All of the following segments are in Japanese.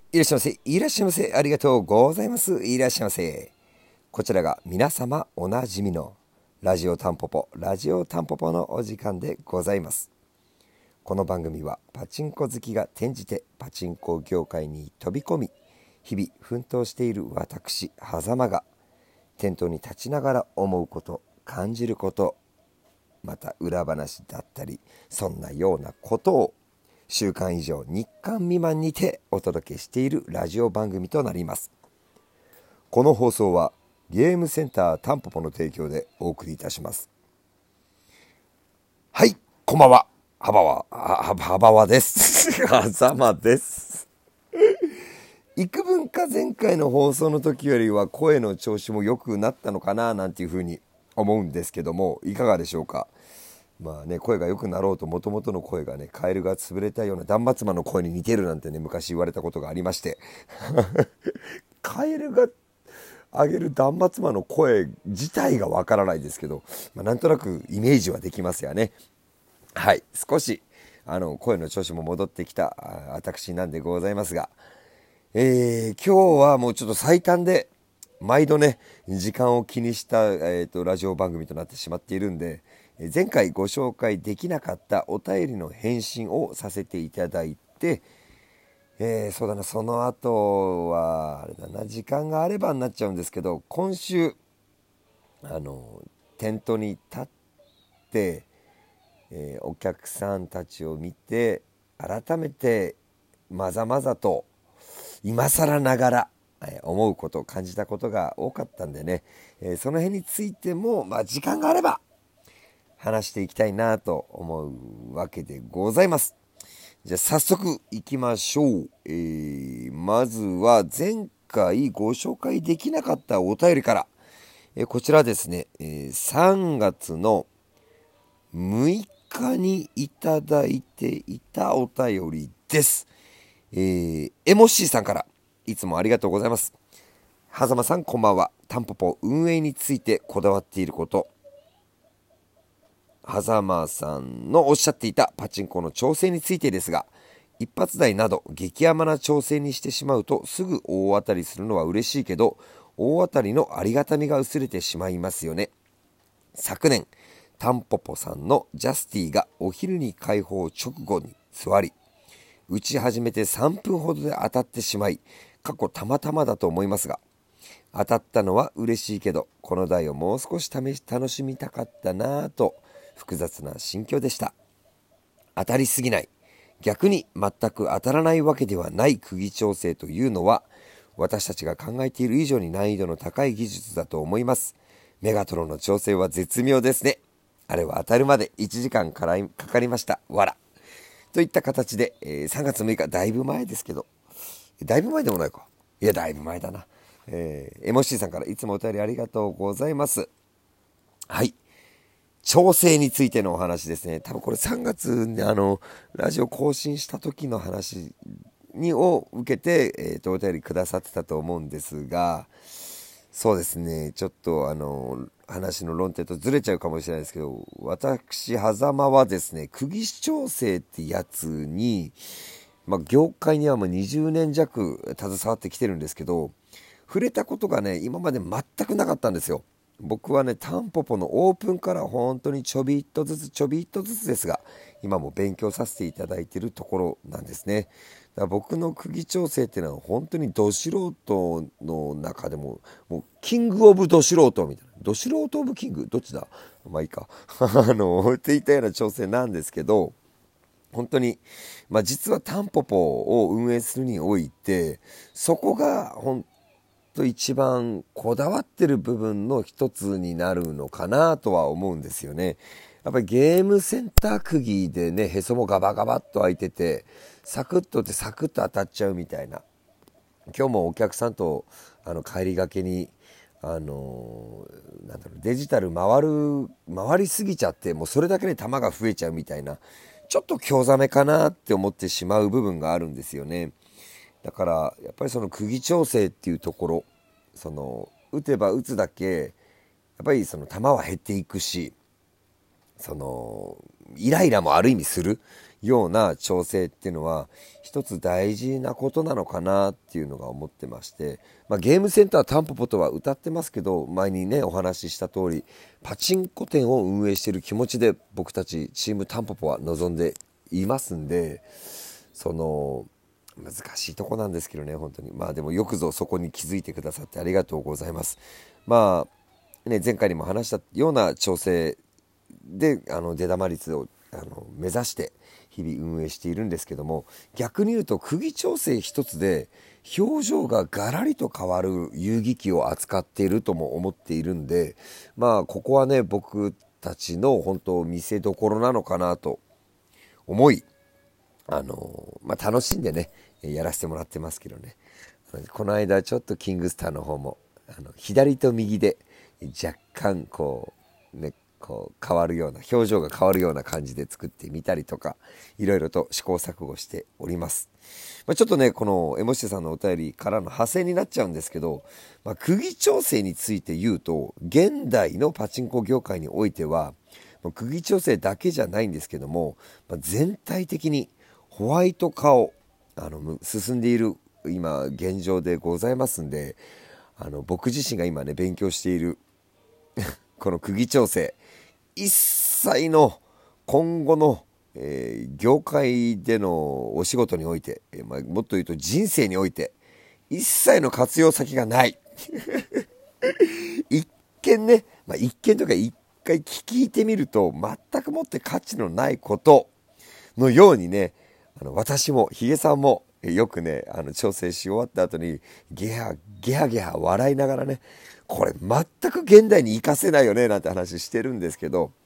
いらっしゃいませ、いらっしゃいませ、ありがとうございます。いらっしゃいませ。こちらが皆様おなじみのラジオタンポポ、ラジオタンポポのお時間でございます。この番組はパチンコ好きが転じてパチンコ業界に飛び込み、日々奮闘している私、狭間が店頭に立ちながら思うこと、感じること、また裏話だったり、そんなようなことを週間以上日間未満にてお届けしているラジオ番組となります。この放送はゲームセンタータンポポの提供でお送りいたします。はい、こんばんは。はばわです。あざまです。幾分か前回の放送の時よりは声の調子も良くなったのかななんていうふうに思うんですけども、いかがでしょうか。まあね、声が良くなろうと元々の声がね、カエルが潰れたような断末魔の声に似てるなんてね、昔言われたことがありましてカエルが上げる断末魔の声自体がわからないですけど、なんとなくイメージはできますよね。はい、少し声の調子も戻ってきた私なんでございますが、今日はもうちょっと最短で毎度ね時間を気にした、ラジオ番組となってしまっているんで、前回ご紹介できなかったお便りの返信をさせていただいて、そうだな、その後はあれだな、時間があればになっちゃうんですけど、今週テントに立って、お客さんたちを見て改めてまざまざと今更ながら思うことを感じたことが多かったんでね、その辺についても、時間があれば話していきたいなと思うわけでございます。じゃあ早速いきましょう。まずは前回ご紹介できなかったお便りから、こちらですね、3月の6日にいただいていたお便りです。エモッシーさんからいつもありがとうございます。狭間さんこんばんは。タンポポ運営についてこだわっていること、狭間さんのおっしゃっていたパチンコの調整についてですが、一発台など激甘な調整にしてしまうとすぐ大当たりするのは嬉しいけど、大当たりのありがたみが薄れてしまいますよね。昨年タンポポさんのジャスティがお昼に開放直後に座り打ち始めて3分ほどで当たってしまい、過去たまたまだと思いますが、当たったのは嬉しいけどこの台をもう少し楽しみたかったなぁと複雑な心境でした。当たりすぎない、逆に全く当たらないわけではない釘調整というのは、私たちが考えている以上に難易度の高い技術だと思います。メガトロの調整は絶妙ですね。あれは当たるまで1時間かかりました。わら。といった形で、3月6日、だいぶ前ですけど、だいぶ前でもないか。いや、だいぶ前だな。エモシーさんからいつもお便りありがとうございます。はい。調整についてのお話ですね。多分これ3月にラジオ更新した時の話を受けて、お便りくださってたと思うんですが、そうですね、ちょっと話の論点とずれちゃうかもしれないですけど、私狭間はですね、釘調整ってやつに、業界にはもう20年弱携わってきてるんですけど、触れたことがね今まで全くなかったんですよ。僕はねタンポポのオープンから本当にちょびっとずつですが、今も勉強させていただいているところなんですね。だから僕の釘調整っていうのは本当にど素人の中でももうキングオブど素人みたいな、ど素人オブキングどっちだ、まあいいかっていったような調整なんですけど、本当に、実はタンポポを運営するにおいてそこが本と一番こだわってる部分の一つになるのかなとは思うんですよね。やっぱりゲームセンター釘でね、へそもガバガバっと開いててサクッとってサクッと当たっちゃうみたいな。今日もお客さんと帰りがけにデジタル回りすぎちゃって、もうそれだけで球が増えちゃうみたいな、ちょっと興ざめかなって思ってしまう部分があるんですよね。だからやっぱりその釘調整っていうところ、打てば打つだけやっぱりその球は減っていくし、 イライラもある意味するような調整っていうのは一つ大事なことなのかなっていうのが思ってまして、ゲームセンタータンポポとは歌ってますけど、前にねお話しした通りパチンコ店を運営している気持ちで僕たちチームタンポポは望んでいますんで、その難しいとこなんですけどね、本当に。でもよくぞそこに気づいてくださってありがとうございます。前回にも話したような調整で出玉率を目指して日々運営しているんですけども、逆に言うと釘調整一つで表情がガラリと変わる遊戯機を扱っているとも思っているんで、ここはね僕たちの本当見せどころなのかなと思い、楽しんでねやらせてもらってますけどね。この間ちょっとキングスターの方も左と右で若干こう変わるような表情が変わるような感じで作ってみたりとか、いろいろと試行錯誤しております。ちょっとねこのエモシさんのお便りからの派生になっちゃうんですけど、釘調整について言うと現代のパチンコ業界においては釘調整だけじゃないんですけども、全体的にホワイト化を進んでいる今現状でございますんで、僕自身が今ね勉強しているこの釘調整一切の今後の、業界でのお仕事において、もっと言うと人生において一切の活用先がない一見ね、一見とか一回聞いてみると全くもって価値のないことのようにね、私もヒゲさんもよくね調整し終わった後にゲハゲハ笑いながらね、これ全く現代に活かせないよねなんて話してるんですけど、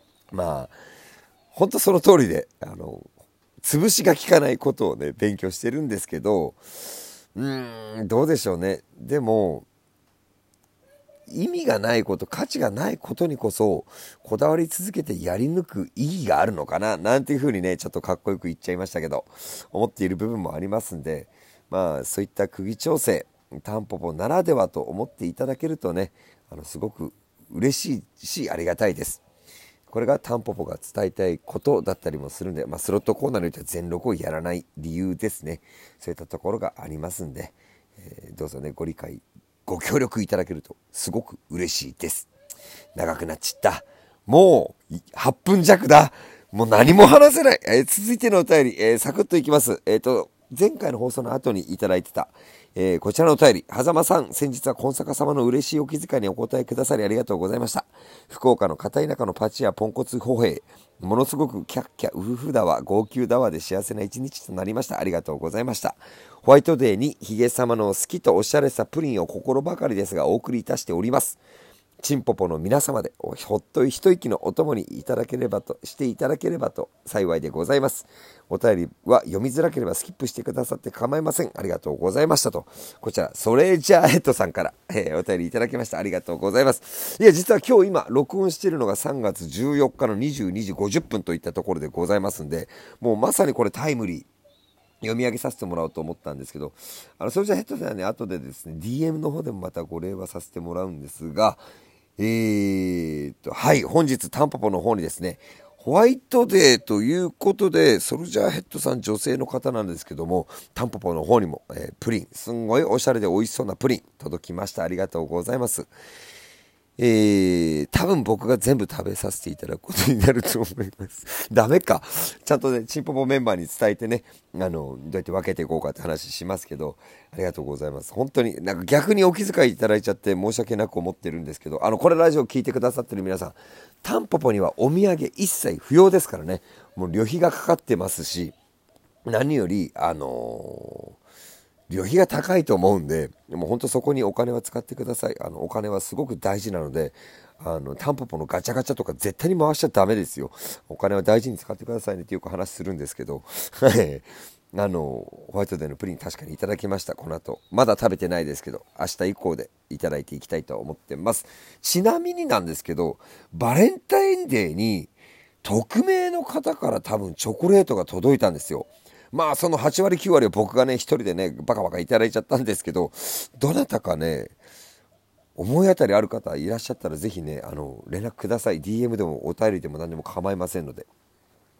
本当その通りで潰しが効かないことをね勉強してるんですけど、どうでしょうね。でも意味がないこと、価値がないことにこそこだわり続けてやり抜く意義があるのかななんていうふうにねちょっとかっこよく言っちゃいましたけど、思っている部分もありますんで、そういった釘調整タンポポならではと思っていただけるとねすごく嬉しいしありがたいです。これがタンポポが伝えたいことだったりもするんで、スロットコーナーにおいては全録をやらない理由ですね。そういったところがありますんで、どうぞねご理解ご協力いただけるとすごく嬉しいです。長くなっちゃった。もう8分弱だ。もう何も話せない。続いてのお便り、サクッといきます。前回の放送の後にいただいてた、こちらのお便り、狭間さん、先日は今坂様の嬉しいお気遣いにお答えくださりありがとうございました。福岡の片田舎のパチやポンコツ歩兵、ものすごくキャッキャウフフだわ、号泣だわで幸せな一日となりました。ありがとうございました。ホワイトデーにヒゲ様の好きとおっしゃられたプリンを心ばかりですがお送りいたしております。チンポポの皆様でほっと一息のお供にいただければとしていただければと幸いでございます。お便りは読みづらければスキップしてくださって構いません。ありがとうございましたと、こちらソレジャーヘッドさんから、お便りいただきました。ありがとうございます。いや実は今日今録音しているのが3月14日の22時50分といったところでございますんで、もうまさにこれタイムリー読み上げさせてもらおうと思ったんですけど、それじゃヘッドさんはね後でですね DM の方でもまたご例はさせてもらうんですが、はい、本日タンポポの方にですねホワイトデーということでソルジャーヘッドさん女性の方なんですけども、タンポポの方にも、プリンすんごいおしゃれで美味しそうなプリン届きました。ありがとうございます。多分僕が全部食べさせていただくことになると思います。ダメか。ちゃんとね、チンポポメンバーに伝えてね、どうやって分けていこうかって話しますけど、ありがとうございます。本当に、逆にお気遣いいただいちゃって申し訳なく思ってるんですけど、これラジオ聞いてくださってる皆さん、タンポポにはお土産一切不要ですからね、もう旅費がかかってますし、何より、旅費が高いと思うんで、もう本当そこにお金は使ってください。お金はすごく大事なので、タンポポのガチャガチャとか絶対に回しちゃダメですよ。お金は大事に使ってくださいねってよく話するんですけど、ホワイトデーのプリン確かにいただきました。この後まだ食べてないですけど、明日以降でいただいていきたいと思ってます。ちなみになんですけど、バレンタインデーに匿名の方から多分チョコレートが届いたんですよ。その8割9割を僕がね一人でねバカバカいただいちゃったんですけど、どなたかね思い当たりある方いらっしゃったらぜひね連絡ください。 DM でもお便りでも何でも構いませんので、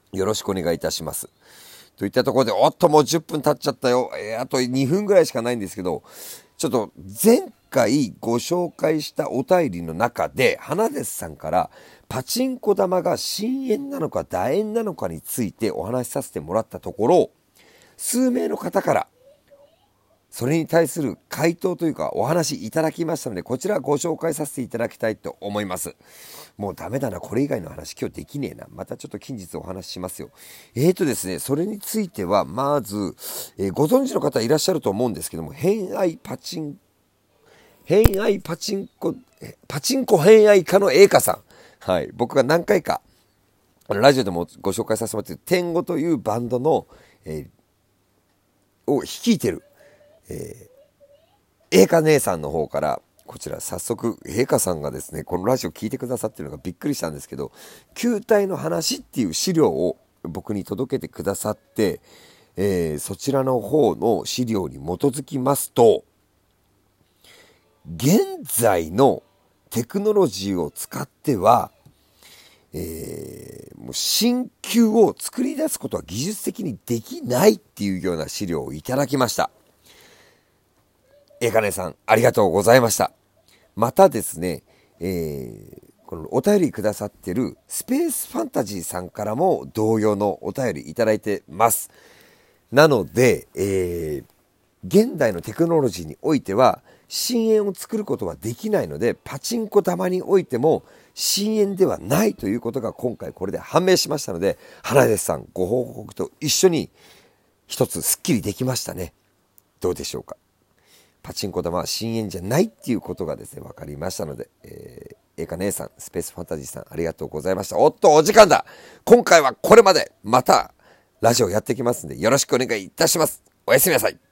よろしくお願いいたします。といったところで、もう10分経っちゃったよ。あと2分ぐらいしかないんですけど、ちょっと前回ご紹介したお便りの中で、花ですさんからパチンコ玉が真円なのか楕円なのかについてお話しさせてもらったところ、数名の方からそれに対する回答というかお話いただきましたので、こちらご紹介させていただきたいと思います。もうダメだな、これ以外の話今日できねえな。またちょっと近日お話ししますよ。ですね、それについてはまず、ご存知の方いらっしゃると思うんですけども、偏愛パチンコ偏愛家の栄華さん。はい。僕が何回か、ラジオでもご紹介させてもらっている天狗というバンドの、を率いてる、栄華姉さんの方から、こちら早速、栄華さんがですね、このラジオ聞いてくださってるのがびっくりしたんですけど、球体の話っていう資料を僕に届けてくださって、そちらの方の資料に基づきますと、現在のテクノロジーを使っては、もう新球を作り出すことは技術的にできないっていうような資料をいただきました。えかねさん、ありがとうございました。またですね、このお便りくださってるスペースファンタジーさんからも同様のお便りいただいてます。なので、現代のテクノロジーにおいては深淵を作ることはできないので、パチンコ玉においても深淵ではないということが今回これで判明しましたので、花ですさんご報告と一緒に一つスッキリできましたね。どうでしょうか。パチンコ玉は深淵じゃないっていうことがですね分かりましたので、栄華姉さん、スペースファンタジーさん、ありがとうございました。お時間だ。今回はこれまで。またラジオやってきますんでよろしくお願いいたします。おやすみなさい。